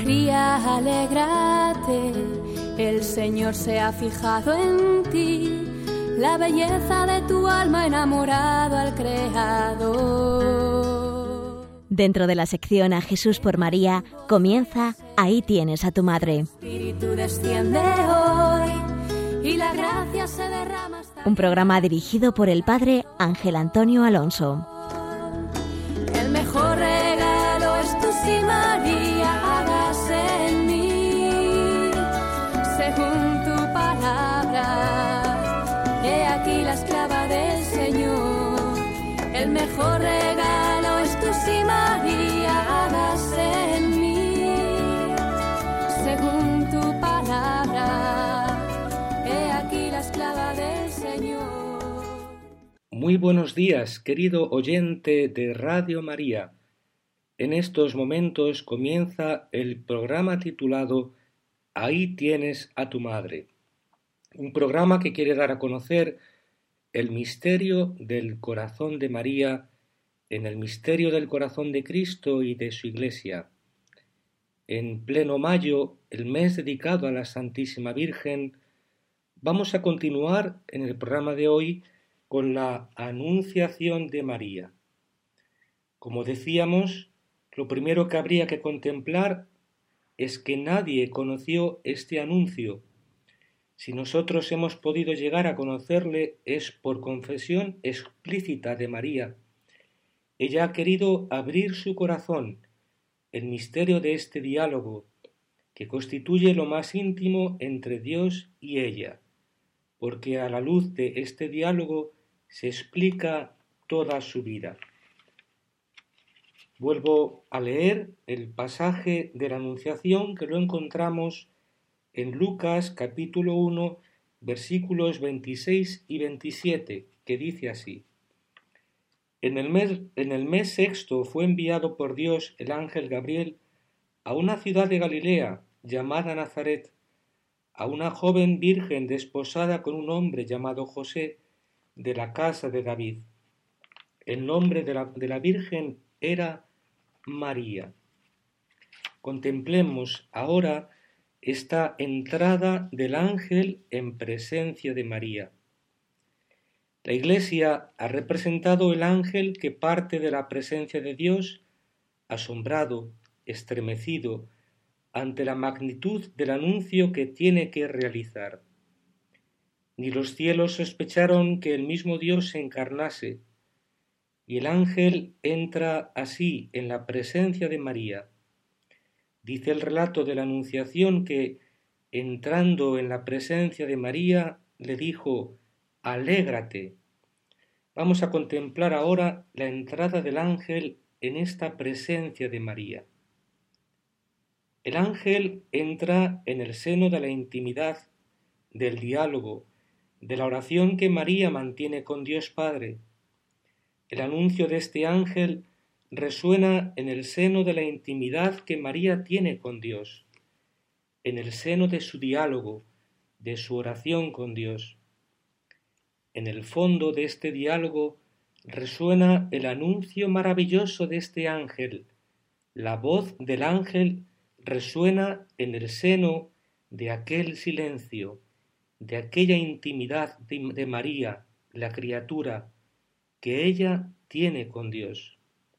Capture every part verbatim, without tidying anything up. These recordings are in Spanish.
María, alégrate, el Señor se ha fijado en ti, la belleza de tu alma enamorado al Creador. Dentro de la sección A Jesús por María, comienza Ahí tienes a tu madre. Espíritu desciende hoy y la gracia se derrama hasta... Un programa dirigido por el padre Ángel Antonio Alonso. El mejor regalo es tú, si María, hágase en mí según tu palabra. He aquí la esclava del Señor. El mejor regalo es tú, si María, hágase en mí según tu palabra. He aquí la esclava del Señor. Muy buenos días, querido oyente de Radio María. En estos momentos comienza el programa titulado Ahí tienes a tu madre. Un programa que quiere dar a conocer el misterio del corazón de María en el misterio del corazón de Cristo y de su Iglesia. En pleno mayo, el mes dedicado a la Santísima Virgen, vamos a continuar en el programa de hoy con la Anunciación de María. Como decíamos, lo primero que habría que contemplar es que nadie conoció este anuncio. Si nosotros hemos podido llegar a conocerle es por confesión explícita de María. Ella ha querido abrir su corazón, el misterio de este diálogo, que constituye lo más íntimo entre Dios y ella, porque a la luz de este diálogo se explica toda su vida. Vuelvo a leer el pasaje de la Anunciación que lo encontramos en Lucas capítulo uno, versículos veintiséis y veintisiete, que dice así: En el mes, en el mes sexto fue enviado por Dios el ángel Gabriel a una ciudad de Galilea llamada Nazaret, a una joven virgen desposada con un hombre llamado José, de la casa de David. El nombre de la, de la Virgen era María. Contemplemos ahora esta entrada del ángel en presencia de María. La Iglesia ha representado el ángel que parte de la presencia de Dios, asombrado, estremecido, ante la magnitud del anuncio que tiene que realizar. Ni los cielos sospecharon que el mismo Dios se encarnase, y el ángel entra así en la presencia de María. Dice el relato de la Anunciación que, entrando en la presencia de María, le dijo: «Alégrate». Vamos a contemplar ahora la entrada del ángel en esta presencia de María. El ángel entra en el seno de la intimidad, del diálogo, de la oración que María mantiene con Dios Padre. El anuncio de este ángel resuena en el seno de la intimidad que María tiene con Dios, en el seno de su diálogo, de su oración con Dios. En el fondo de este diálogo resuena el anuncio maravilloso de este ángel. La voz del ángel resuena en el seno de aquel silencio, de aquella intimidad de, de María, la criatura, que ella tiene con Dios.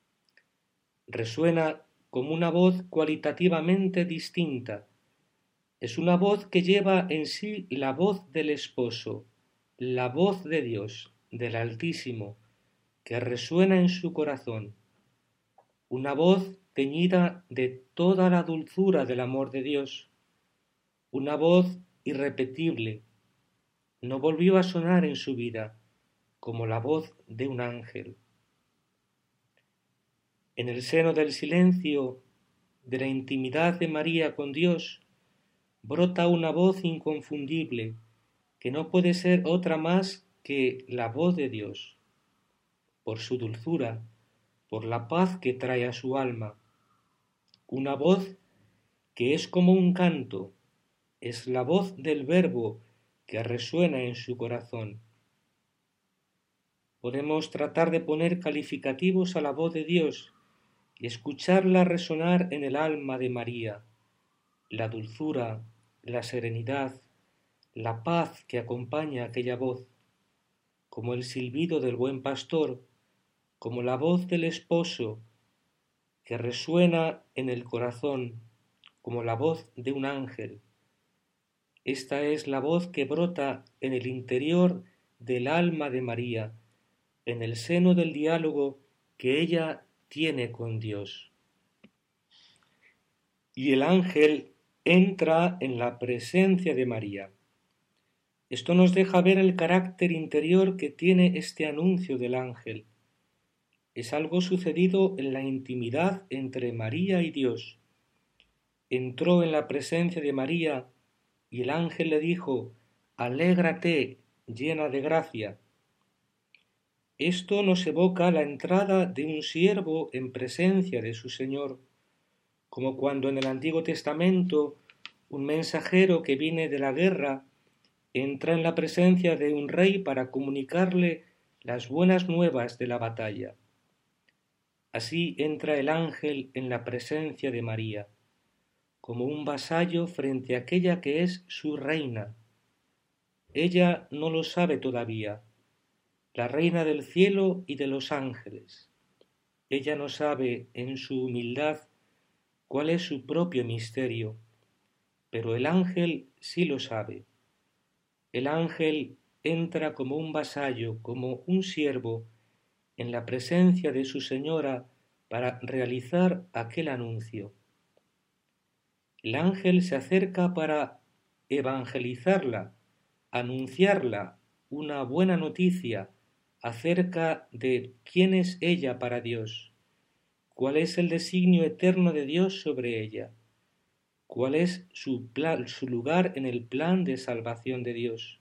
Resuena como una voz cualitativamente distinta. Es una voz que lleva en sí la voz del esposo, la voz de Dios, del Altísimo, que resuena en su corazón. Una voz teñida de toda la dulzura del amor de Dios. Una voz irrepetible. No volvió a sonar en su vida como la voz de un ángel. En el seno del silencio, de la intimidad de María con Dios, brota una voz inconfundible, que no puede ser otra más que la voz de Dios, por su dulzura, por la paz que trae a su alma. Una voz que es como un canto, es la voz del Verbo que resuena en su corazón. Podemos tratar de poner calificativos a la voz de Dios y escucharla resonar en el alma de María, la dulzura, la serenidad, la paz que acompaña aquella voz, como el silbido del buen pastor, como la voz del esposo que resuena en el corazón, como la voz de un ángel. Esta es la voz que brota en el interior del alma de María, en el seno del diálogo que ella tiene con Dios. Y el ángel entra en la presencia de María. Esto nos deja ver el carácter interior que tiene este anuncio del ángel. Es algo sucedido en la intimidad entre María y Dios. Entró en la presencia de María y el ángel le dijo: «Alégrate, llena de gracia». Esto nos evoca la entrada de un siervo en presencia de su Señor, como cuando en el Antiguo Testamento un mensajero que viene de la guerra entra en la presencia de un rey para comunicarle las buenas nuevas de la batalla. Así entra el ángel en la presencia de María, como un vasallo frente a aquella que es su reina. Ella no lo sabe todavía, la reina del cielo y de los ángeles. Ella no sabe en su humildad cuál es su propio misterio, pero el ángel sí lo sabe. El ángel entra como un vasallo, como un siervo, en la presencia de su señora para realizar aquel anuncio. El ángel se acerca para evangelizarla, anunciarla una buena noticia acerca de quién es ella para Dios, cuál es el designio eterno de Dios sobre ella, cuál es su, plan, su lugar en el plan de salvación de Dios.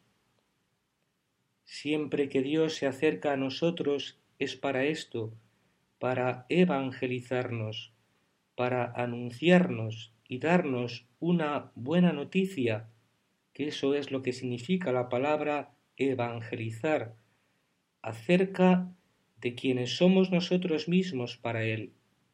Siempre que Dios se acerca a nosotros es para esto, para evangelizarnos, para anunciarnos y darnos una buena noticia, que eso es lo que significa la palabra evangelizar, acerca de quienes somos nosotros mismos para Él.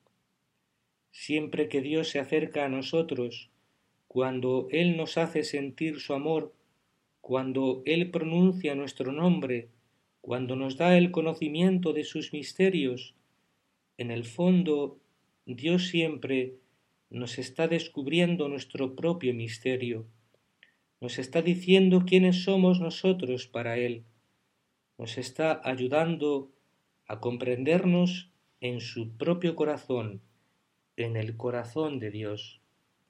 Siempre que Dios se acerca a nosotros, cuando Él nos hace sentir su amor, cuando Él pronuncia nuestro nombre, cuando nos da el conocimiento de sus misterios, en el fondo Dios siempre nos está descubriendo nuestro propio misterio, nos está diciendo quiénes somos nosotros para Él, nos está ayudando a comprendernos en su propio corazón, en el corazón de Dios.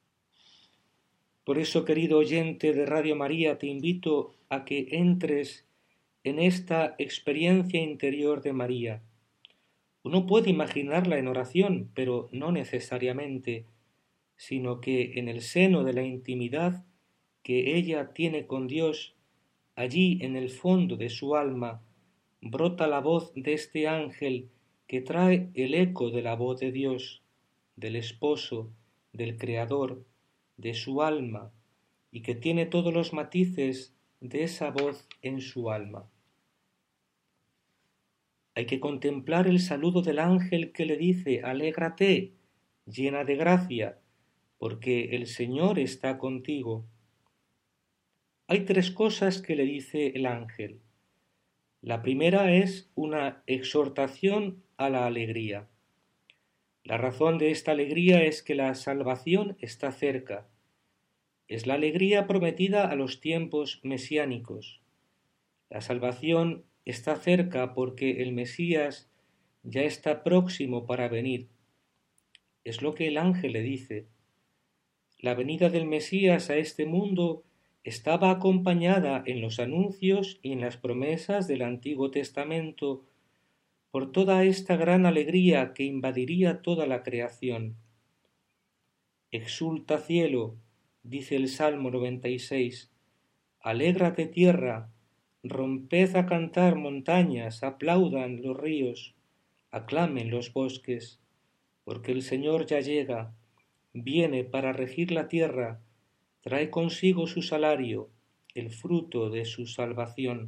Por eso, querido oyente de Radio María, te invito a que entres en esta experiencia interior de María. Uno puede imaginarla en oración, pero no necesariamente, sino que en el seno de la intimidad que ella tiene con Dios, allí en el fondo de su alma, brota la voz de este ángel que trae el eco de la voz de Dios, del esposo, del Creador, de su alma, y que tiene todos los matices de esa voz en su alma. Hay que contemplar el saludo del ángel que le dice: «Alégrate, llena de gracia, porque el Señor está contigo». Hay tres cosas que le dice el ángel. La primera es una exhortación a la alegría. La razón de esta alegría es que la salvación está cerca. Es la alegría prometida a los tiempos mesiánicos. La salvación está cerca porque el Mesías ya está próximo para venir. Es lo que el ángel le dice. La venida del Mesías a este mundo estaba acompañada en los anuncios y en las promesas del Antiguo Testamento por toda esta gran alegría que invadiría toda la creación. Exulta cielo, dice el Salmo noventa y seis, alégrate tierra, romped a cantar montañas, aplaudan los ríos, aclamen los bosques, porque el Señor ya llega, viene para regir la tierra, trae consigo su salario, el fruto de su salvación.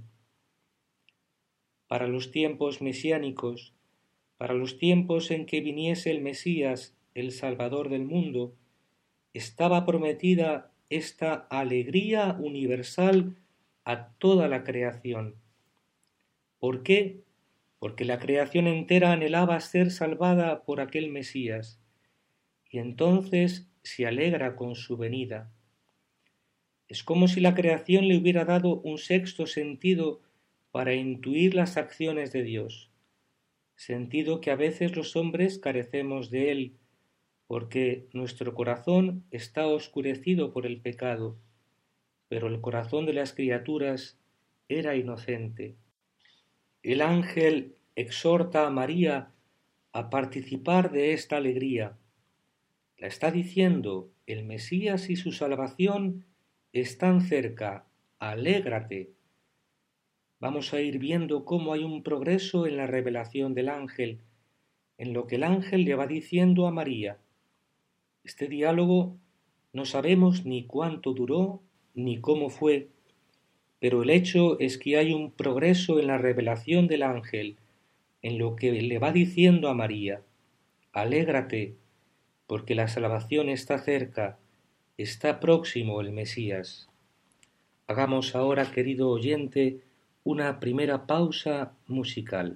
Para los tiempos mesiánicos, para los tiempos en que viniese el Mesías, el Salvador del mundo, estaba prometida esta alegría universal a toda la creación. ¿Por qué? Porque la creación entera anhelaba ser salvada por aquel Mesías, y entonces se alegra con su venida. Es como si la creación le hubiera dado un sexto sentido para intuir las acciones de Dios, sentido que a veces los hombres carecemos de él, porque nuestro corazón está oscurecido por el pecado, pero el corazón de las criaturas era inocente. El ángel exhorta a María a participar de esta alegría. La está diciendo, el Mesías y su salvación están cerca, alégrate. Vamos a ir viendo cómo hay un progreso en la revelación del ángel, en lo que el ángel le va diciendo a María. Este diálogo no sabemos ni cuánto duró ni cómo fue, pero el hecho es que hay un progreso en la revelación del ángel, en lo que le va diciendo a María. Alégrate, porque la salvación está cerca, está próximo el Mesías. Hagamos ahora, querido oyente, una primera pausa musical.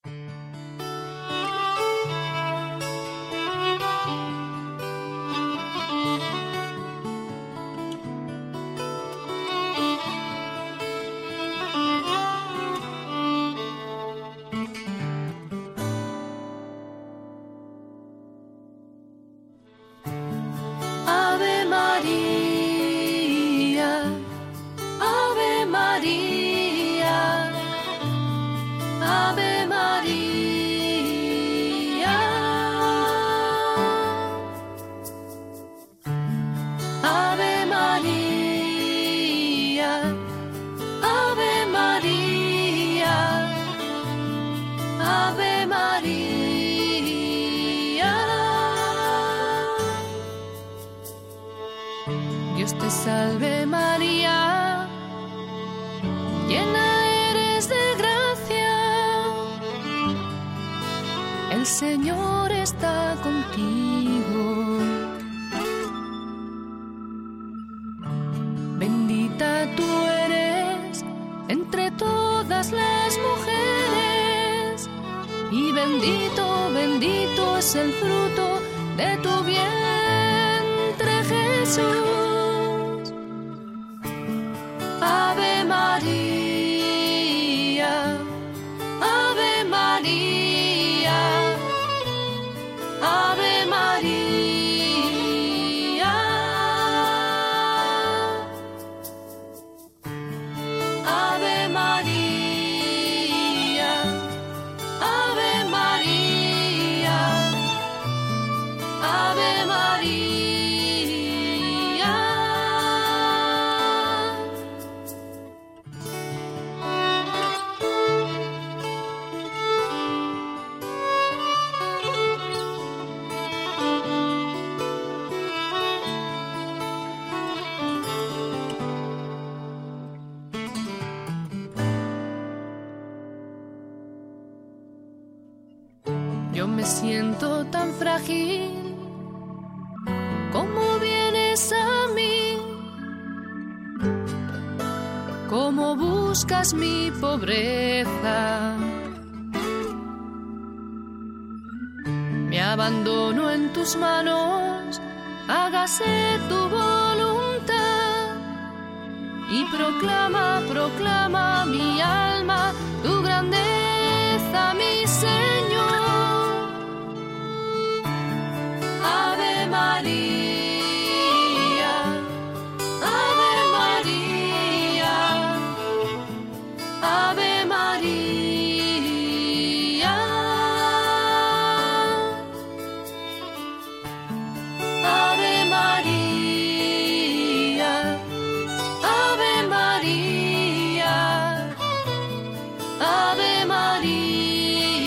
Dios te salve María, llena eres de gracia, el Señor está contigo. Bendita tú eres entre todas las mujeres, y bendito, bendito es el fruto de tu vientre, Jesús. Ave María, Ave María, Ave María, Ave María, Ave María, Ave María. Yo me siento tan frágil, ¿cómo vienes a mí? ¿Cómo buscas mi pobreza? Me abandono en tus manos, hágase tu voluntad. Y proclama, proclama mi alma, tu grandeza, mi Señor. Ave María, Ave María, Ave María, Ave María, Ave María, Ave María.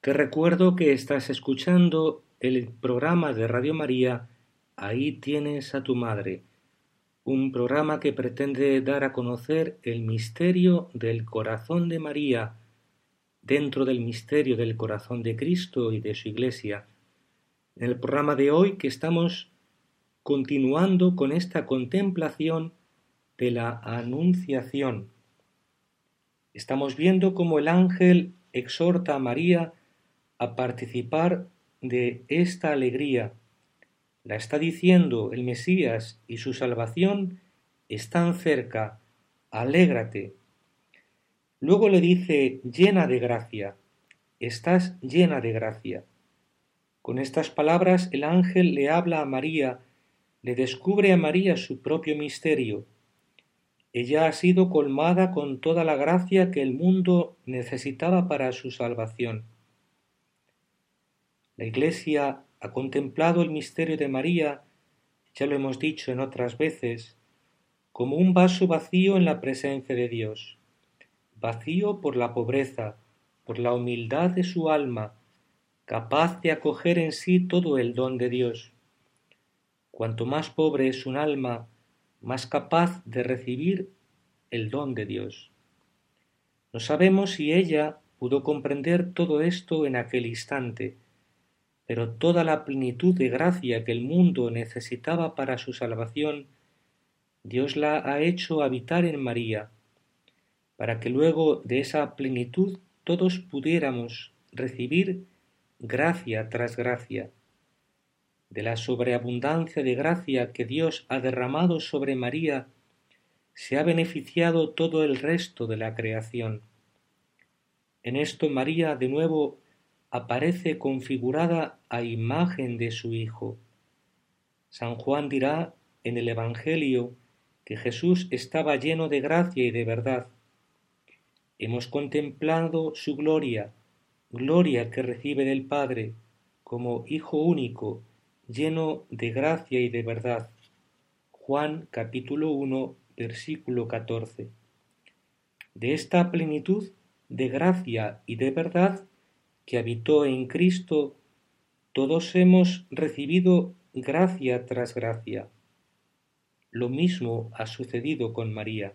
Te recuerdo que estás escuchando el programa de Radio María Ahí tienes a tu madre, un programa que pretende dar a conocer el misterio del corazón de María dentro del misterio del corazón de Cristo y de su Iglesia. En el programa de hoy que estamos continuando con esta contemplación de la Anunciación. Estamos viendo cómo el ángel exhorta a María a participar de esta alegría. La está diciendo el Mesías y su salvación están cerca, alégrate. Luego le dice llena de gracia, estás llena de gracia. Con estas palabras el ángel le habla a María, le descubre a María su propio misterio. Ella ha sido colmada con toda la gracia que el mundo necesitaba para su salvación. La Iglesia ha contemplado el misterio de María, ya lo hemos dicho en otras veces, como un vaso vacío en la presencia de Dios, vacío por la pobreza, por la humildad de su alma, capaz de acoger en sí todo el don de Dios. Cuanto más pobre es un alma, más capaz de recibir el don de Dios. No sabemos si ella pudo comprender todo esto en aquel instante, pero toda la plenitud de gracia que el mundo necesitaba para su salvación, Dios la ha hecho habitar en María, para que luego de esa plenitud todos pudiéramos recibir gracia tras gracia. De la sobreabundancia de gracia que Dios ha derramado sobre María, se ha beneficiado todo el resto de la creación. En esto María de nuevo aparece configurada a imagen de su Hijo. San Juan dirá en el Evangelio que Jesús estaba lleno de gracia y de verdad. Hemos contemplado su gloria, gloria que recibe del Padre, como Hijo único, lleno de gracia y de verdad. Juan capítulo uno, versículo catorce. De esta plenitud de gracia y de verdad que habitó en Cristo, todos hemos recibido gracia tras gracia. Lo mismo ha sucedido con María.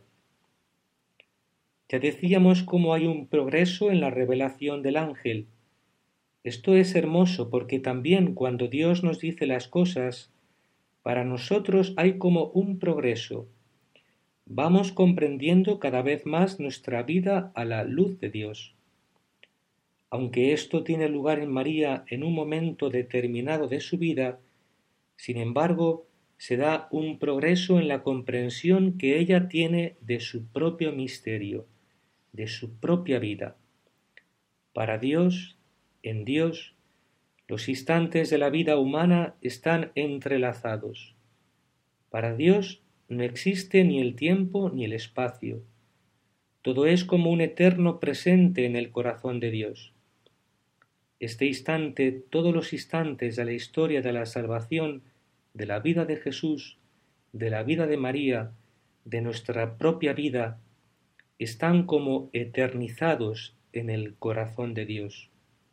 Ya decíamos cómo hay un progreso en la revelación del ángel. Esto es hermoso porque también cuando Dios nos dice las cosas, para nosotros hay como un progreso. Vamos comprendiendo cada vez más nuestra vida a la luz de Dios. Aunque esto tiene lugar en María en un momento determinado de su vida, sin embargo, se da un progreso en la comprensión que ella tiene de su propio misterio, de su propia vida. Para Dios, en Dios, los instantes de la vida humana están entrelazados. Para Dios no existe ni el tiempo ni el espacio. Todo es como un eterno presente en el corazón de Dios. Este instante, todos los instantes de la historia de la salvación, de la vida de Jesús, de la vida de María, de nuestra propia vida, están como eternizados en el corazón de Dios.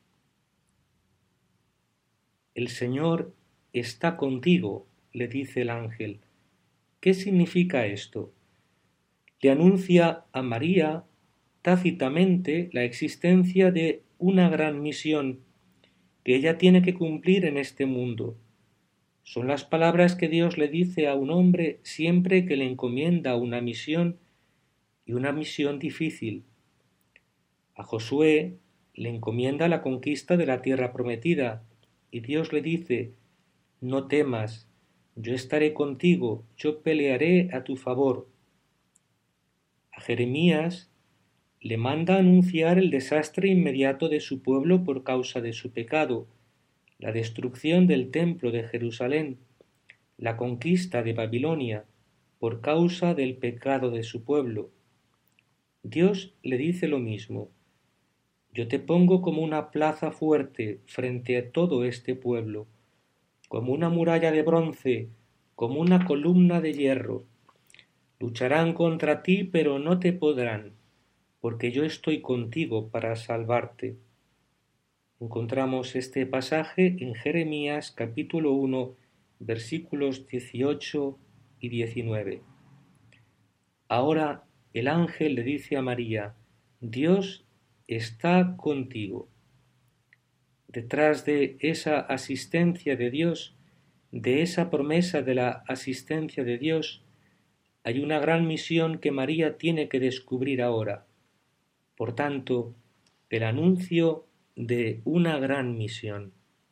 El Señor está contigo, le dice el ángel. ¿Qué significa esto? Le anuncia a María tácitamente la existencia de una gran misión que ella tiene que cumplir en este mundo. Son las palabras que Dios le dice a un hombre siempre que le encomienda una misión y una misión difícil. A Josué le encomienda la conquista de la tierra prometida y Dios le dice: no temas, yo estaré contigo, yo pelearé a tu favor. A Jeremías le manda anunciar el desastre inmediato de su pueblo por causa de su pecado, la destrucción del templo de Jerusalén, la conquista de Babilonia, por causa del pecado de su pueblo. Dios le dice lo mismo: yo te pongo como una plaza fuerte frente a todo este pueblo, como una muralla de bronce, como una columna de hierro. Lucharán contra ti, pero no te podrán, porque yo estoy contigo para salvarte. Encontramos este pasaje en Jeremías capítulo uno, versículos dieciocho y diecinueve. Ahora el ángel le dice a María: Dios está contigo. Detrás de esa asistencia de Dios, de esa promesa de la asistencia de Dios, hay una gran misión que María tiene que descubrir ahora. Por tanto, el anuncio de una gran misión.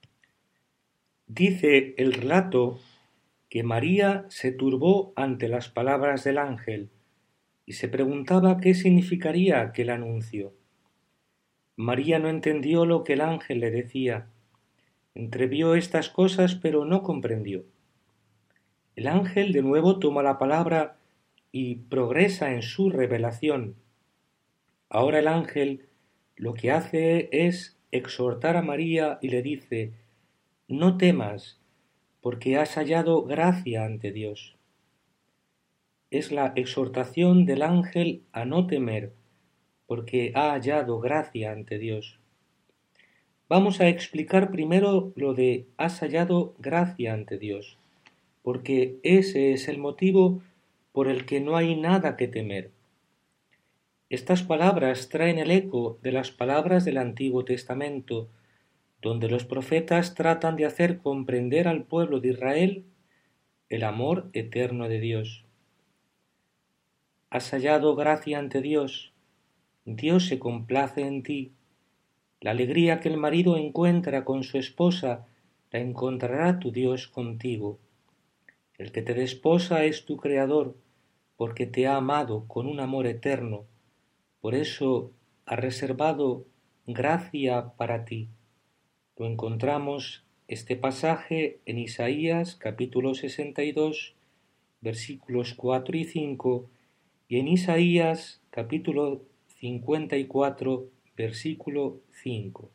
Dice el relato que María se turbó ante las palabras del ángel y se preguntaba qué significaría aquel anuncio. María no entendió lo que el ángel le decía. Entrevió estas cosas, pero no comprendió. El ángel de nuevo toma la palabra y progresa en su revelación. Ahora el ángel lo que hace es exhortar a María y le dice: no temas, porque has hallado gracia ante Dios. Es la exhortación del ángel a no temer, porque ha hallado gracia ante Dios. Vamos a explicar primero lo de has hallado gracia ante Dios, porque ese es el motivo por el que no hay nada que temer. Estas palabras traen el eco de las palabras del Antiguo Testamento, donde los profetas tratan de hacer comprender al pueblo de Israel el amor eterno de Dios. Has hallado gracia ante Dios, Dios se complace en ti. La alegría que el marido encuentra con su esposa la encontrará tu Dios contigo. El que te desposa es tu Creador, porque te ha amado con un amor eterno. Por eso ha reservado gracia para ti. Lo encontramos este pasaje en Isaías capítulo sesenta y dos, versículos cuatro y cinco, y en Isaías capítulo cincuenta y cuatro, versículo cinco.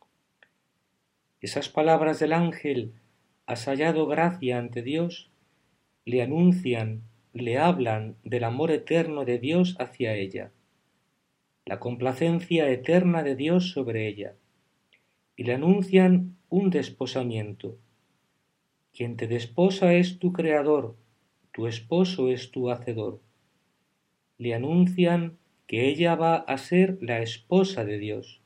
Esas palabras del ángel, has hallado gracia ante Dios, le anuncian, le hablan del amor eterno de Dios hacia ella, la complacencia eterna de Dios sobre ella, y le anuncian un desposamiento. Quien te desposa es tu Creador, tu esposo es tu Hacedor. Le anuncian que ella va a ser la esposa de Dios.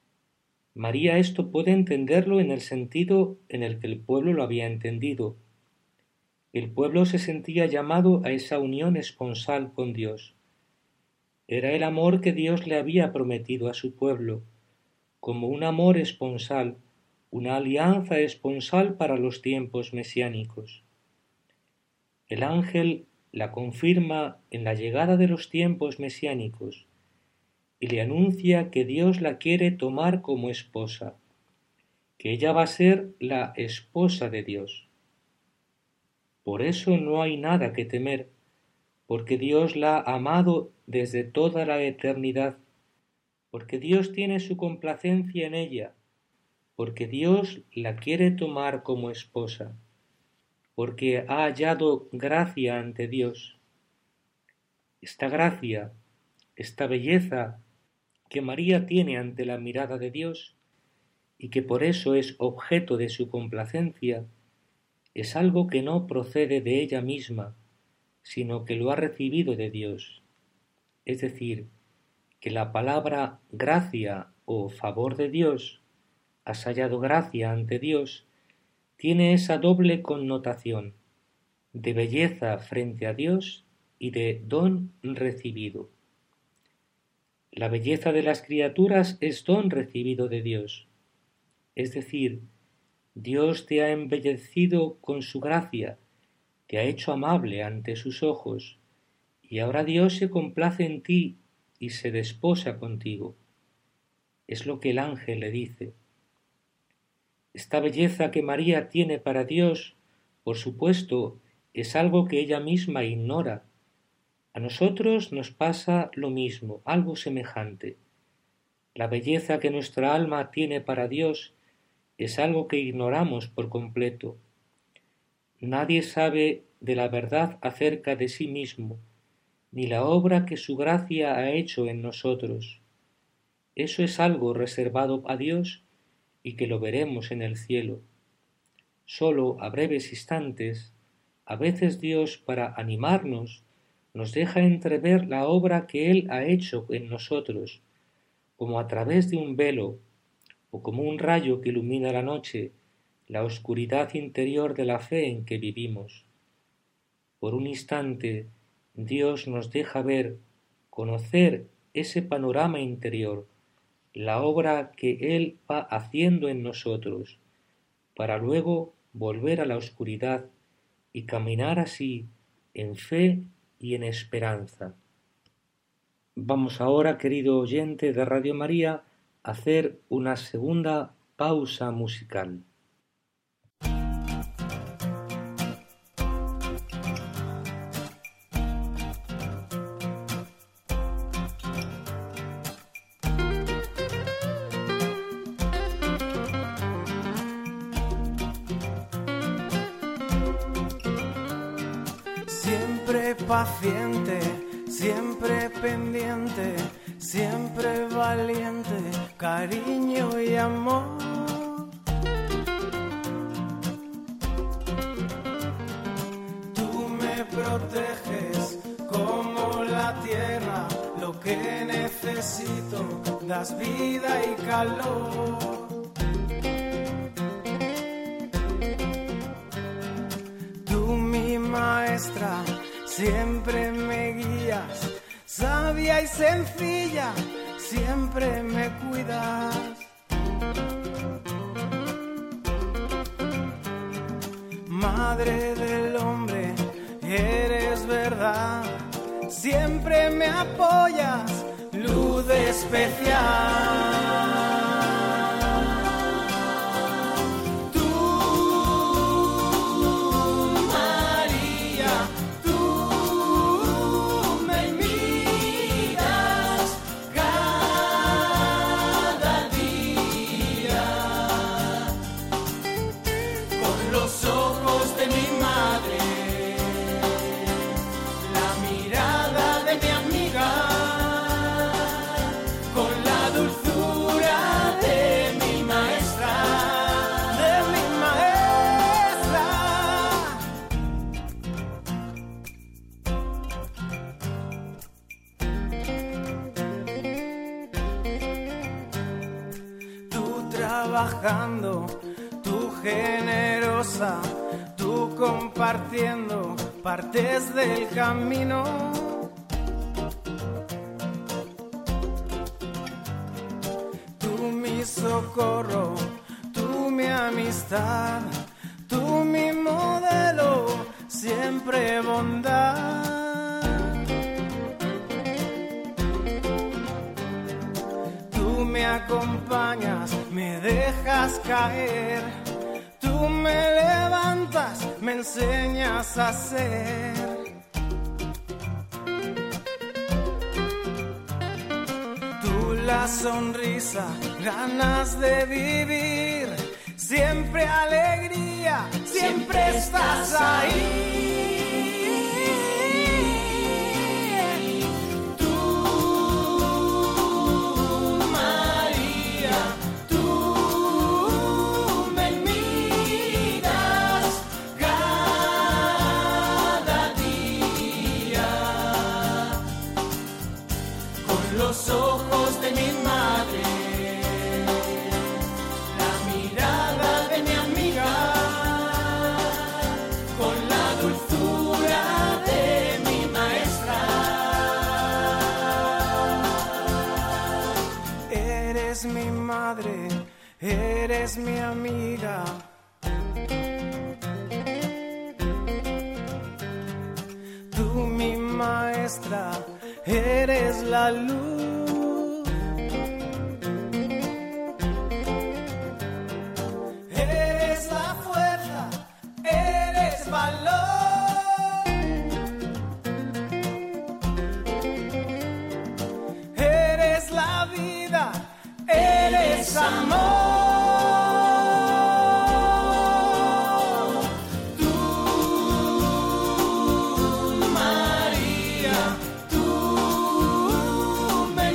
María esto puede entenderlo en el sentido en el que el pueblo lo había entendido. El pueblo se sentía llamado a esa unión esponsal con Dios. Era el amor que Dios le había prometido a su pueblo, como un amor esponsal, una alianza esponsal para los tiempos mesiánicos. El ángel la confirma en la llegada de los tiempos mesiánicos y le anuncia que Dios la quiere tomar como esposa, que ella va a ser la esposa de Dios. Por eso no hay nada que temer, porque Dios la ha amado desde toda la eternidad, porque Dios tiene su complacencia en ella, porque Dios la quiere tomar como esposa, porque ha hallado gracia ante Dios. Esta gracia, esta belleza que María tiene ante la mirada de Dios y que por eso es objeto de su complacencia, es algo que no procede de ella misma, sino que lo ha recibido de Dios. Es decir, que la palabra gracia o favor de Dios, has hallado gracia ante Dios, tiene esa doble connotación de belleza frente a Dios y de don recibido. La belleza de las criaturas es don recibido de Dios, es decir, Dios te ha embellecido con su gracia, te ha hecho amable ante sus ojos, y ahora Dios se complace en ti y se desposa contigo. Es lo que el ángel le dice. Esta belleza que María tiene para Dios, por supuesto, es algo que ella misma ignora. A nosotros nos pasa lo mismo, algo semejante. La belleza que nuestra alma tiene para Dios es algo que ignoramos por completo. Nadie sabe de la verdad acerca de sí mismo, ni la obra que su gracia ha hecho en nosotros. Eso es algo reservado a Dios y que lo veremos en el cielo. Solo a breves instantes, a veces Dios, para animarnos, nos deja entrever la obra que Él ha hecho en nosotros, como a través de un velo, o como un rayo que ilumina la noche, la oscuridad interior de la fe en que vivimos. Por un instante, Dios nos deja ver, conocer ese panorama interior, la obra que Él va haciendo en nosotros, para luego volver a la oscuridad y caminar así en fe y en esperanza. Vamos ahora, querido oyente de Radio María, a hacer una segunda pausa musical. Siempre paciente, siempre pendiente, siempre valiente, cariño y amor. Tú me proteges como la tierra, lo que necesito, das vida y calor. Tú mi maestra, siempre me guías, sabia y sencilla, siempre me cuidas. Madre del hombre, eres verdad, siempre me apoyas, luz especial. Trabajando, tú generosa, tú compartiendo partes del camino. Tú mi socorro, tú mi amistad, tú mi modelo, siempre bondad. Me acompañas, me dejas caer, tú me levantas, me enseñas a ser. Tú la sonrisa, ganas de vivir, siempre alegría, siempre estás ahí. Los ojos de mi madre, la mirada de mi amiga, con la dulzura de mi maestra. Eres mi madre, eres mi amiga. Tú mi maestra, eres la luz. Eres la fuerza, eres valor. Eres la vida, eres amor. Tú, María, tú me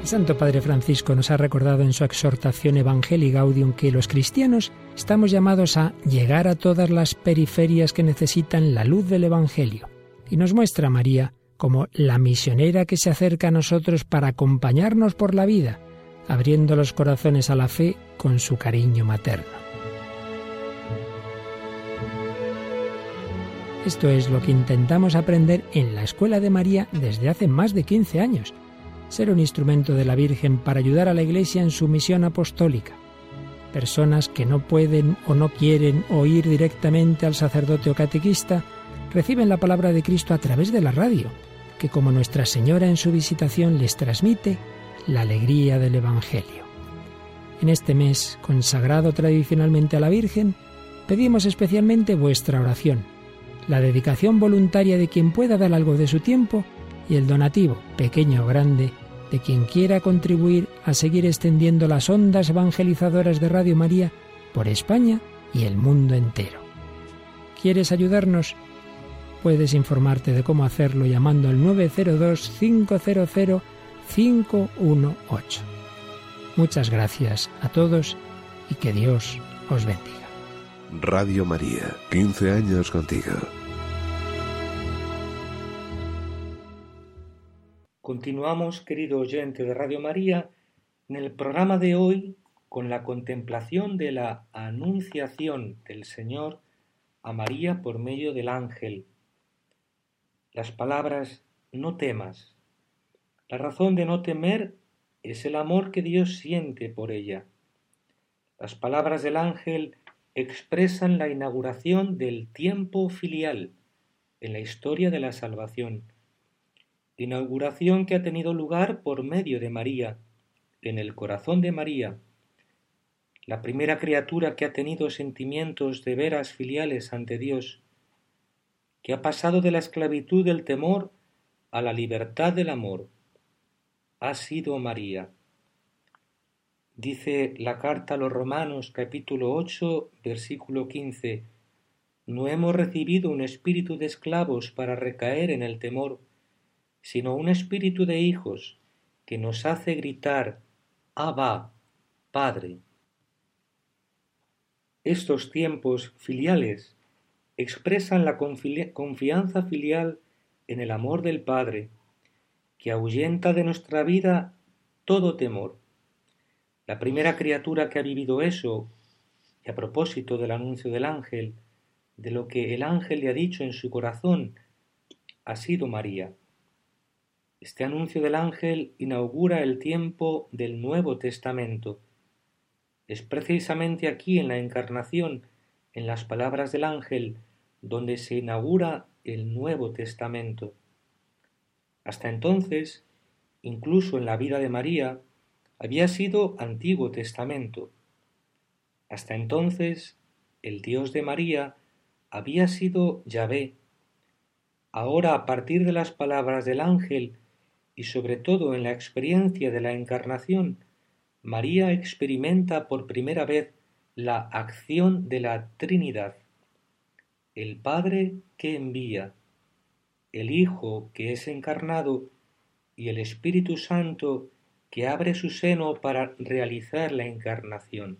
El Santo Padre Francisco nos ha recordado en su exhortación Evangelii Gaudium que los cristianos estamos llamados a llegar a todas las periferias que necesitan la luz del Evangelio. Y nos muestra a María como la misionera que se acerca a nosotros para acompañarnos por la vida, abriendo los corazones a la fe con su cariño materno. Esto es lo que intentamos aprender en la Escuela de María desde hace más de quince años. Ser un instrumento de la Virgen para ayudar a la Iglesia en su misión apostólica. Personas que no pueden o no quieren oír directamente al sacerdote o catequista reciben la palabra de Cristo a través de la radio, que como Nuestra Señora en su visitación les transmite la alegría del Evangelio. En este mes, consagrado tradicionalmente a la Virgen, pedimos especialmente vuestra oración, la dedicación voluntaria de quien pueda dar algo de su tiempo y el donativo, pequeño o grande, de quien quiera contribuir a seguir extendiendo las ondas evangelizadoras de Radio María por España y el mundo entero. ¿Quieres ayudarnos? Puedes informarte de cómo hacerlo llamando al nueve cero dos, cinco cero cero, cinco uno ocho. Muchas gracias a todos y que Dios os bendiga. Radio María, quince años contigo. Continuamos, querido oyente de Radio María, en el programa de hoy con la contemplación de la anunciación del Señor a María por medio del ángel. Las palabras "no temas". La razón de no temer es el amor que Dios siente por ella. Las palabras del ángel expresan la inauguración del tiempo filial en la historia de la salvación. Inauguración que ha tenido lugar por medio de María, en el corazón de María, la primera criatura que ha tenido sentimientos de veras filiales ante Dios, que ha pasado de la esclavitud del temor a la libertad del amor. Ha sido María. Dice la carta a los Romanos, capítulo ocho, versículo quince, «No hemos recibido un espíritu de esclavos para recaer en el temor, sino un espíritu de hijos que nos hace gritar, Abba, Padre». Estos tiempos filiales expresan la confianza filial en el amor del Padre, que ahuyenta de nuestra vida todo temor. La primera criatura que ha vivido eso, y a propósito del anuncio del ángel, de lo que el ángel le ha dicho en su corazón, ha sido María. Este anuncio del ángel inaugura el tiempo del Nuevo Testamento. Es precisamente aquí en la Encarnación, en las palabras del ángel, donde se inaugura el Nuevo Testamento. Hasta entonces, incluso en la vida de María, había sido Antiguo Testamento. Hasta entonces, el Dios de María había sido Yahvé. Ahora, a partir de las palabras del ángel, y sobre todo en la experiencia de la Encarnación, María experimenta por primera vez la acción de la Trinidad. El Padre que envía, el Hijo que es encarnado y el Espíritu Santo que abre su seno para realizar la encarnación.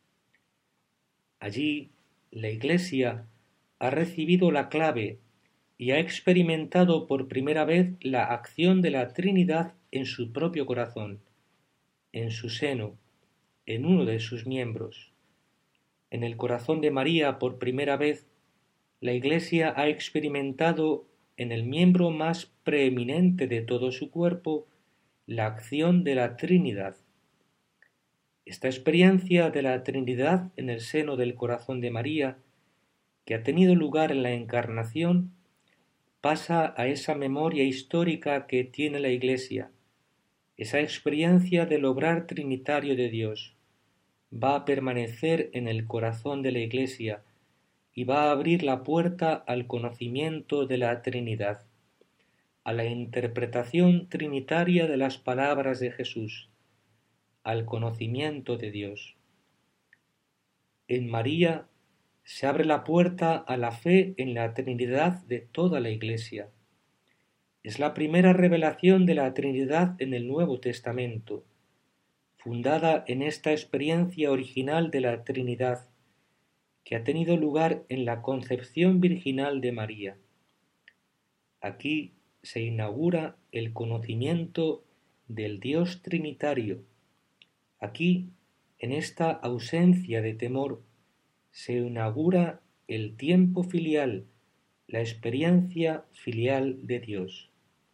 Allí, la Iglesia ha recibido la clave y ha experimentado por primera vez la acción de la Trinidad en su propio corazón, en su seno, en uno de sus miembros. En el corazón de María, por primera vez, la Iglesia ha experimentado en el miembro más preeminente de todo su cuerpo la acción de la Trinidad. Esta experiencia de la Trinidad en el seno del corazón de María, que ha tenido lugar en la Encarnación, pasa a esa memoria histórica que tiene la Iglesia, esa experiencia del obrar trinitario de Dios. Va a permanecer en el corazón de la Iglesia y va a abrir la puerta al conocimiento de la Trinidad, a la interpretación trinitaria de las palabras de Jesús, al conocimiento de Dios. En María se abre la puerta a la fe en la Trinidad de toda la Iglesia. Es la primera revelación de la Trinidad en el Nuevo Testamento, fundada en esta experiencia original de la Trinidad, que ha tenido lugar en la concepción virginal de María. Aquí se inaugura el conocimiento del Dios Trinitario. Aquí, en esta ausencia de temor, se inaugura el tiempo filial, la experiencia filial de Dios.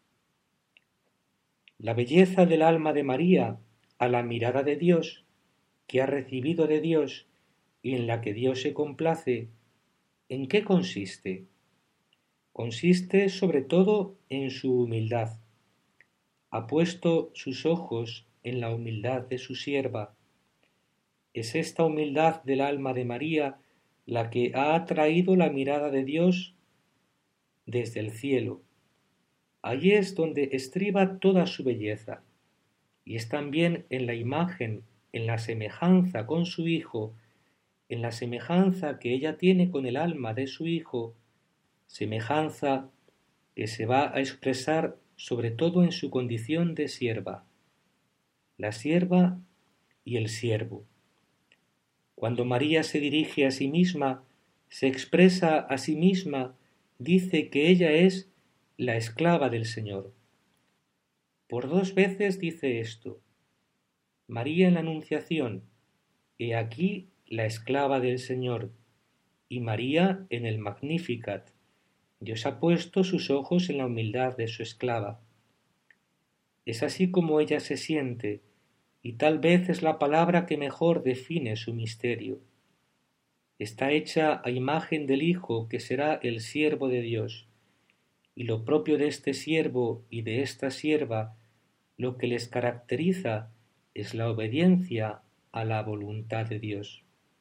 La belleza del alma de María a la mirada de Dios, que ha recibido de Dios y en la que Dios se complace, ¿en qué consiste? Consiste sobre todo en su humildad. Ha puesto sus ojos en la humildad de su sierva. Es esta humildad del alma de María la que ha atraído la mirada de Dios desde el cielo. Allí es donde estriba toda su belleza, y es también en la imagen, en la semejanza con su Hijo, en la semejanza que ella tiene con el alma de su Hijo, semejanza que se va a expresar sobre todo en su condición de sierva, la sierva y el siervo. Cuando María se dirige a sí misma, se expresa a sí misma, dice que ella es la esclava del Señor. Por dos veces dice esto. María en la Anunciación, he aquí la esclava del Señor, y María en el Magnificat, Dios ha puesto sus ojos en la humildad de su esclava. Es así como ella se siente, y tal vez es la palabra que mejor define su misterio. Está hecha a imagen del Hijo que será el siervo de Dios, y lo propio de este siervo y de esta sierva, lo que les caracteriza es la obediencia a la voluntad de Dios.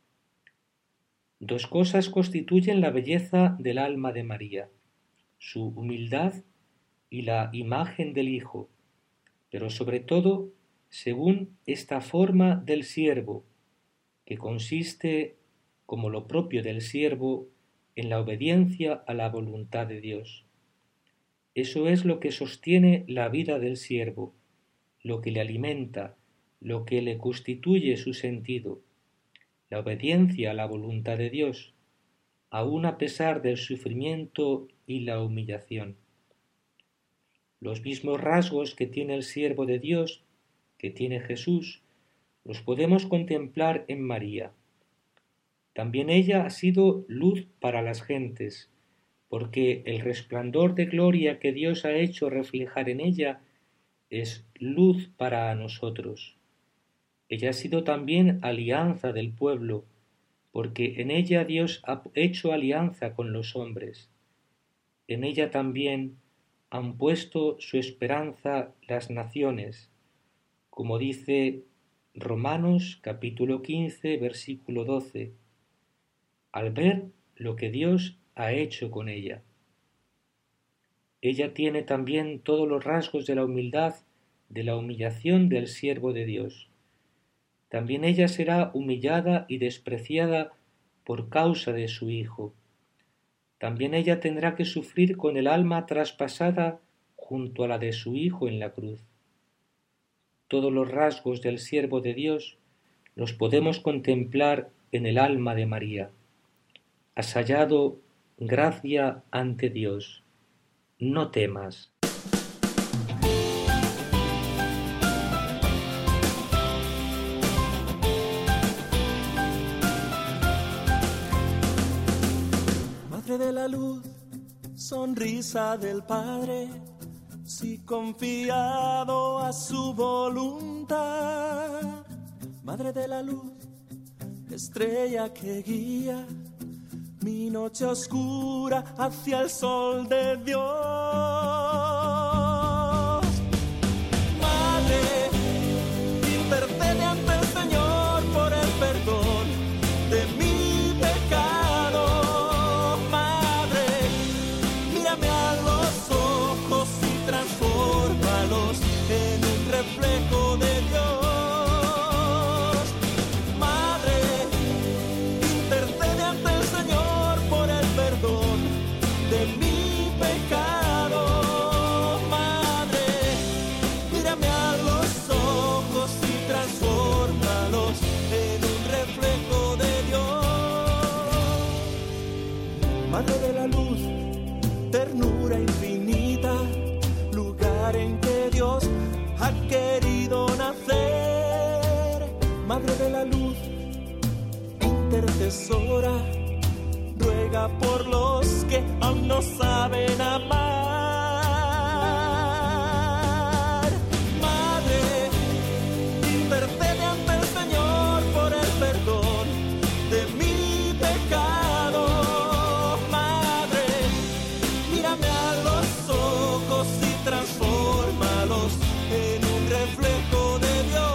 Dos cosas constituyen la belleza del alma de María, su humildad y la imagen del Hijo, pero sobre todo según esta forma del siervo, que consiste, como lo propio del siervo, en la obediencia a la voluntad de Dios. Eso es lo que sostiene la vida del siervo, lo que le alimenta, lo que le constituye su sentido, la obediencia a la voluntad de Dios, aun a pesar del sufrimiento y la humillación. Los mismos rasgos que tiene el siervo de Dios, que tiene Jesús, los podemos contemplar en María. También ella ha sido luz para las gentes, porque el resplandor de gloria que Dios ha hecho reflejar en ella es luz para nosotros. Ella ha sido también alianza del pueblo, porque en ella Dios ha hecho alianza con los hombres. En ella también han puesto su esperanza las naciones, como dice Romanos capítulo quince, versículo doce, al ver lo que Dios ha hecho con ella. Ella tiene también todos los rasgos de la humildad, de la humillación del siervo de Dios. También ella será humillada y despreciada por causa de su Hijo. También ella tendrá que sufrir con el alma traspasada junto a la de su Hijo en la cruz. Todos los rasgos del siervo de Dios los podemos contemplar en el alma de María. Has hallado gracia ante Dios. No temas. Madre de la luz, sonrisa del Padre, si confiado a su voluntad. Madre de la luz, estrella que guía mi noche oscura hacia el sol de Dios. Madre, intercede ante el Señor por el perdón de mi pecado. Madre, mírame a los ojos y transfórmalos en un reflejo de Dios. De mi pecado. ternura infinita, lugar en que Dios ha querido nacer. Madre de la luz, intercesora, ruega por los que aún no saben amar. Madre, intercede ante el Señor por el perdón de mi pecado. Madre, mírame a los ojos y transfórmalos en un reflejo de Dios.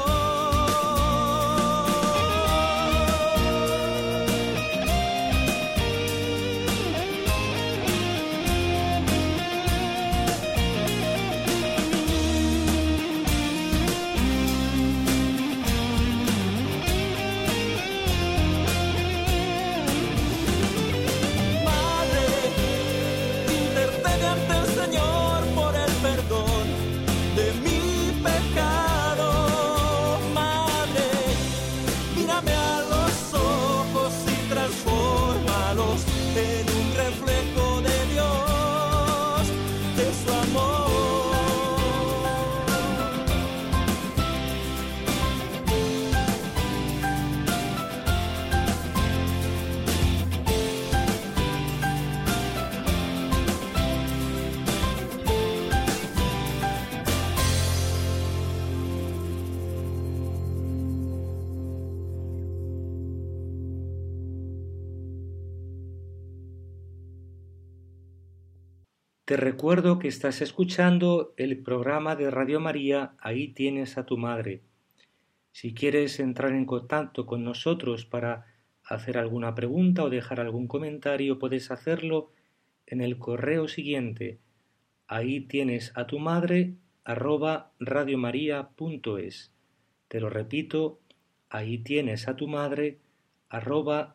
Te recuerdo que estás escuchando el programa de Radio María, Ahí tienes a tu madre. Si quieres entrar en contacto con nosotros para hacer alguna pregunta o dejar algún comentario, puedes hacerlo en el correo siguiente: ahí tienes a tu madre arroba radiomaria.es. Te lo repito, ahí tienes a tu madre arroba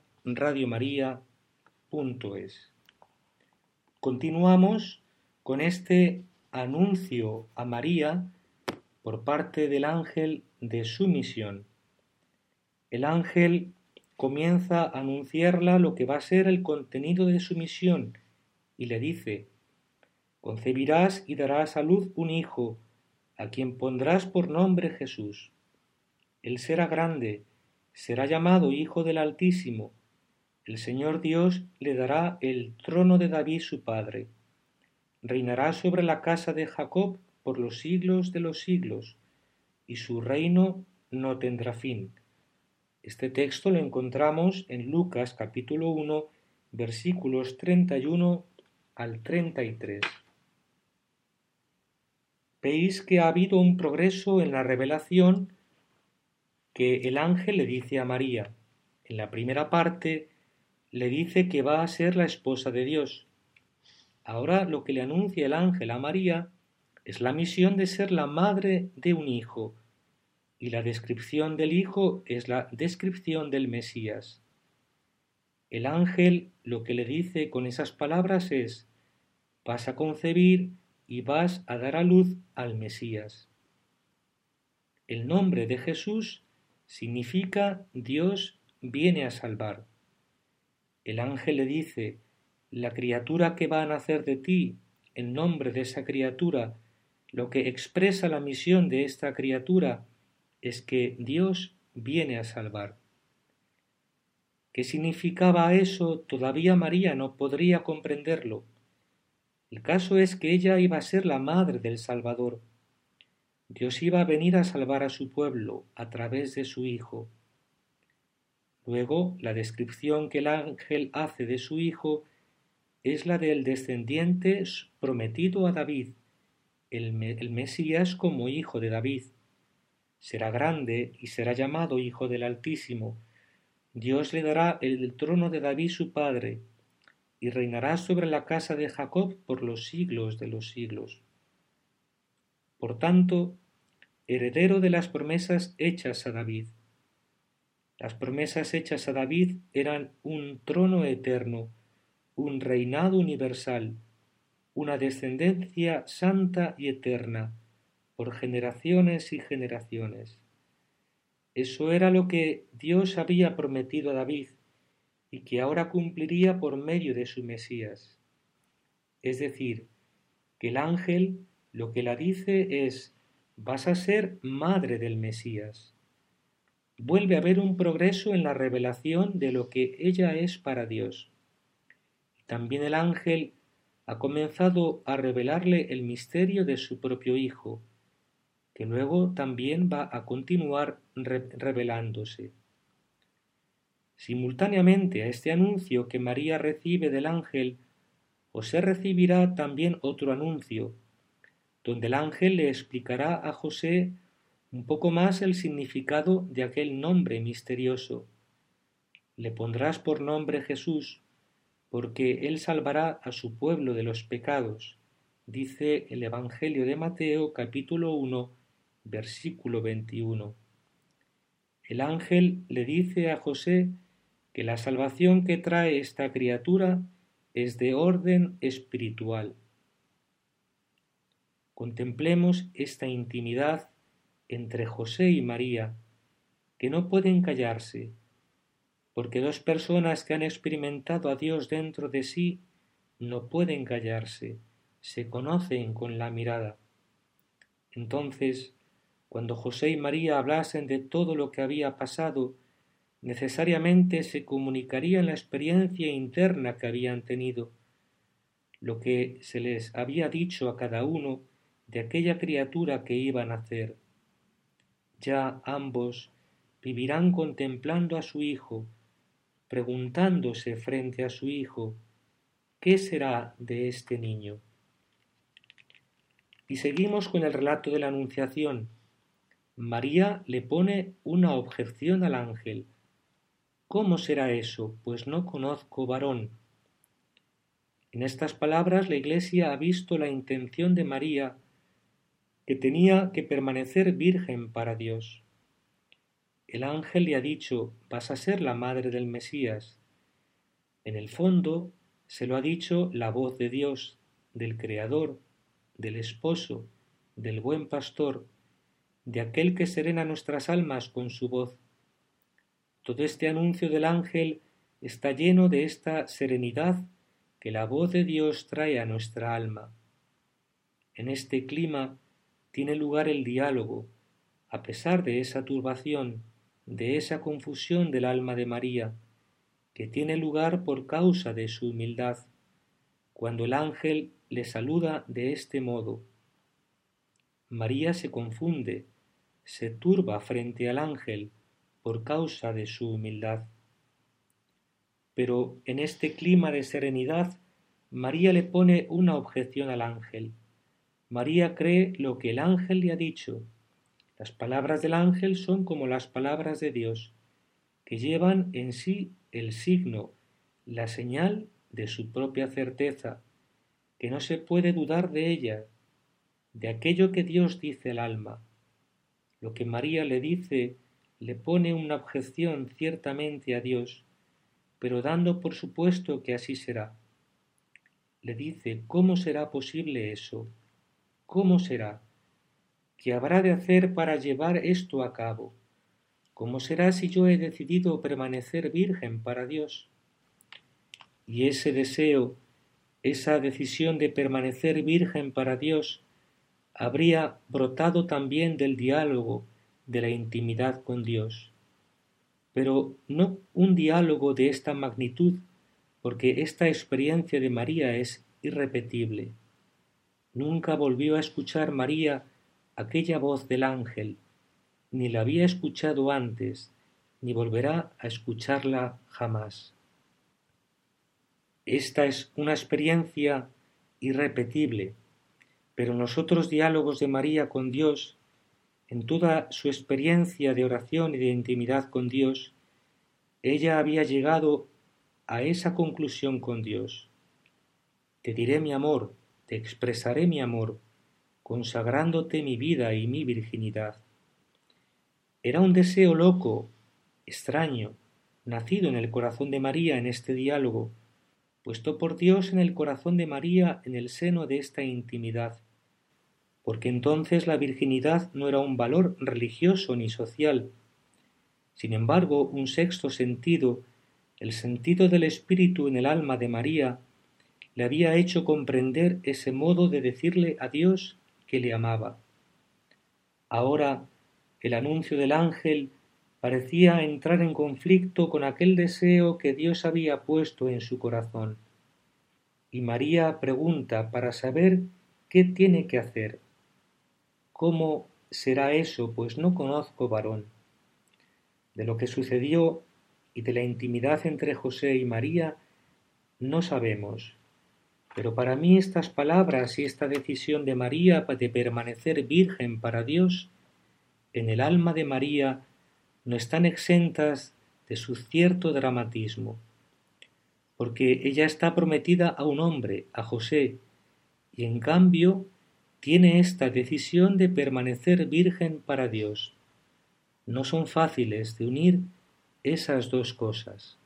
radiomaria.es. Continuamos con este anuncio a María por parte del ángel de su misión. El ángel comienza a anunciarla lo que va a ser el contenido de su misión y le dice: concebirás y darás a luz un hijo, a quien pondrás por nombre Jesús. Él será grande, será llamado Hijo del Altísimo. El Señor Dios le dará el trono de David su padre. Reinará sobre la casa de Jacob por los siglos de los siglos, y su reino no tendrá fin. Este texto lo encontramos en Lucas capítulo uno, versículos treinta y uno al treinta y tres. Veis que ha habido un progreso en la revelación que el ángel le dice a María. En la primera parte le dice que va a ser la esposa de Dios. Ahora lo que le anuncia el ángel a María es la misión de ser la madre de un hijo, y la descripción del hijo es la descripción del Mesías. El ángel lo que le dice con esas palabras es: vas a concebir y vas a dar a luz al Mesías. El nombre de Jesús significa Dios viene a salvar. El ángel le dice: la criatura que va a nacer de ti, el nombre de esa criatura, lo que expresa la misión de esta criatura es que Dios viene a salvar. ¿Qué significaba eso? Todavía María no podría comprenderlo. El caso es que ella iba a ser la madre del Salvador. Dios iba a venir a salvar a su pueblo a través de su Hijo. Luego, la descripción que el ángel hace de su Hijo es la del descendiente prometido a David, el, el Mesías como hijo de David. Será grande y será llamado Hijo del Altísimo. Dios le dará el trono de David su padre, y reinará sobre la casa de Jacob por los siglos de los siglos. Por tanto, heredero de las promesas hechas a David. Las promesas hechas a David eran un trono eterno, un reinado universal, una descendencia santa y eterna, por generaciones y generaciones. Eso era lo que Dios había prometido a David y que ahora cumpliría por medio de su Mesías. Es decir, que el ángel lo que la dice es: vas a ser madre del Mesías. Vuelve a haber un progreso en la revelación de lo que ella es para Dios. También el ángel ha comenzado a revelarle el misterio de su propio Hijo, que luego también va a continuar re- revelándose. Simultáneamente a este anuncio que María recibe del ángel, José recibirá también otro anuncio, donde el ángel le explicará a José un poco más el significado de aquel nombre misterioso. Le pondrás por nombre Jesús, porque él salvará a su pueblo de los pecados, dice el Evangelio de Mateo capítulo uno, versículo veintiuno. El ángel le dice a José que la salvación que trae esta criatura es de orden espiritual. Contemplemos esta intimidad entre José y María, que no pueden callarse, porque dos personas que han experimentado a Dios dentro de sí no pueden callarse, se conocen con la mirada. Entonces, cuando José y María hablasen de todo lo que había pasado, necesariamente se comunicaría la experiencia interna que habían tenido, lo que se les había dicho a cada uno de aquella criatura que iba a nacer. Ya ambos vivirán contemplando a su hijo, preguntándose frente a su hijo, ¿qué será de este niño? Y seguimos con el relato de la Anunciación. María le pone una objeción al ángel. ¿Cómo será eso? Pues no conozco varón. En estas palabras la Iglesia ha visto la intención de María, que tenía que permanecer virgen para Dios. El ángel le ha dicho: vas a ser la madre del Mesías. En el fondo se lo ha dicho la voz de Dios, del Creador, del Esposo, del Buen Pastor, de aquel que serena nuestras almas con su voz. Todo este anuncio del ángel está lleno de esta serenidad que la voz de Dios trae a nuestra alma. En este clima tiene lugar el diálogo, a pesar de esa turbación, de esa confusión del alma de María, que tiene lugar por causa de su humildad, cuando el ángel le saluda de este modo. María se confunde, se turba frente al ángel por causa de su humildad. Pero en este clima de serenidad, María le pone una objeción al ángel. María cree lo que el ángel le ha dicho. Las palabras del ángel son como las palabras de Dios, que llevan en sí el signo, la señal de su propia certeza, que no se puede dudar de ella, de aquello que Dios dice al alma. Lo que María le dice le pone una objeción ciertamente a Dios, pero dando por supuesto que así será. Le dice: ¿cómo será posible eso? ¿Cómo será? ¿Qué habrá de hacer para llevar esto a cabo? ¿Cómo será si yo he decidido permanecer virgen para Dios? Y ese deseo, esa decisión de permanecer virgen para Dios, habría brotado también del diálogo, de la intimidad con Dios. Pero no un diálogo de esta magnitud, porque esta experiencia de María es irrepetible. Nunca volvió a escuchar María aquella voz del ángel, ni la había escuchado antes, ni volverá a escucharla jamás. Esta es una experiencia irrepetible, pero en los otros diálogos de María con Dios, en toda su experiencia de oración y de intimidad con Dios, ella había llegado a esa conclusión con Dios. Te diré mi amor, te expresaré mi amor, consagrándote mi vida y mi virginidad. Era un deseo loco, extraño, nacido en el corazón de María en este diálogo, puesto por Dios en el corazón de María en el seno de esta intimidad, porque entonces la virginidad no era un valor religioso ni social. Sin embargo, un sexto sentido, el sentido del Espíritu en el alma de María, le había hecho comprender ese modo de decirle a Dios que le amaba. Ahora el anuncio del ángel parecía entrar en conflicto con aquel deseo que Dios había puesto en su corazón. Y María pregunta para saber qué tiene que hacer. ¿Cómo será eso? Pues no conozco varón. De lo que sucedió y de la intimidad entre José y María no sabemos. Pero para mí estas palabras y esta decisión de María de permanecer virgen para Dios, en el alma de María no están exentas de su cierto dramatismo, porque ella está prometida a un hombre, a José, y en cambio tiene esta decisión de permanecer virgen para Dios. No son fáciles de unir esas dos cosas.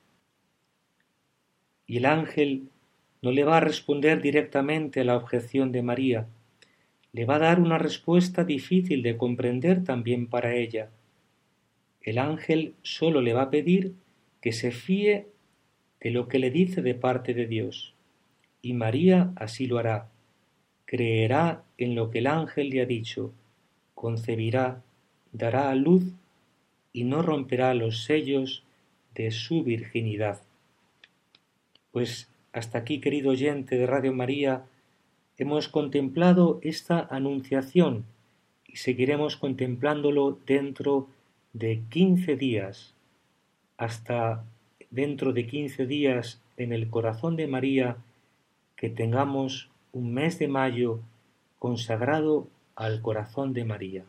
Y el ángel no le va a responder directamente a la objeción de María, le va a dar una respuesta difícil de comprender también para ella. El ángel solo le va a pedir que se fíe de lo que le dice de parte de Dios, y María así lo hará. Creerá en lo que el ángel le ha dicho, concebirá, dará a luz y no romperá los sellos de su virginidad. Pues hasta aquí, querido oyente de Radio María, hemos contemplado esta anunciación y seguiremos contemplándolo dentro de quince días, hasta dentro de quince días en el corazón de María, que tengamos un mes de mayo consagrado al corazón de María.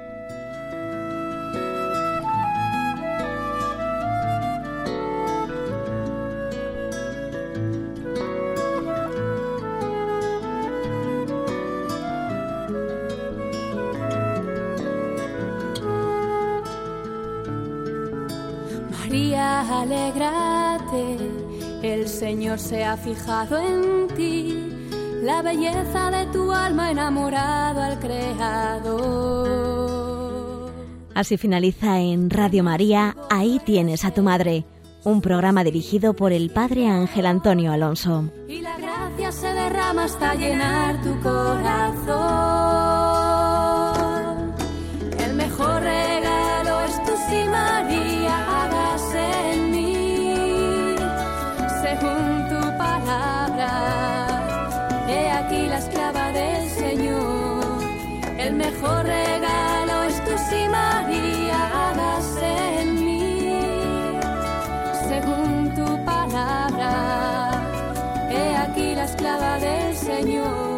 María, alégrate, el Señor se ha fijado en ti, la belleza de tu alma enamorado al Creador. Así finaliza en Radio María, Ahí tienes a tu madre, un programa dirigido por el Padre Ángel Antonio Alonso. Y la gracia se derrama hasta llenar tu corazón. El mejor regalo es tú, si María, hagas en mí según tu palabra. He aquí la esclava del Señor. El mejor regalo es tú, si María, hagas en mí según tu palabra. He aquí la esclava del Señor.